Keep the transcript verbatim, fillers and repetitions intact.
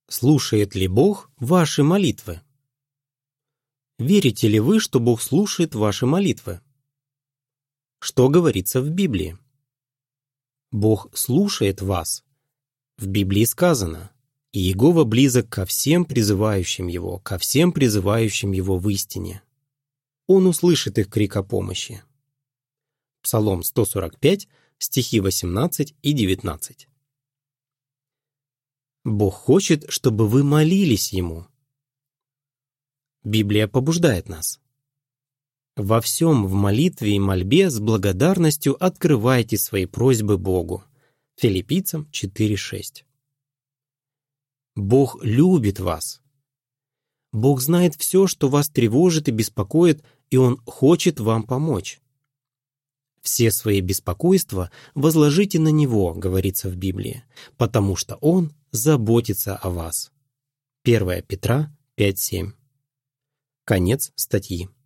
Слушает ли Бог ваши молитвы? Верите ли вы, что Бог слушает ваши молитвы? Что говорится в Библии? Бог слушает вас. В Библии сказано: «И Иегова близок ко всем призывающим Его, ко всем призывающим Его в истине». Он услышит их крик о помощи. Псалом сто сорок пять, стихи восемнадцать и девятнадцать. Бог хочет, чтобы вы молились Ему. Библия побуждает нас: «Во всем в молитве и мольбе с благодарностью открывайте свои просьбы Богу». Филиппийцам четыре шесть. Бог любит вас. Бог знает все, что вас тревожит и беспокоит, и Он хочет вам помочь. «Все свои беспокойства возложите на Него», говорится в Библии, «потому что Он заботится о вас». первое Петра пять семь. Конец статьи.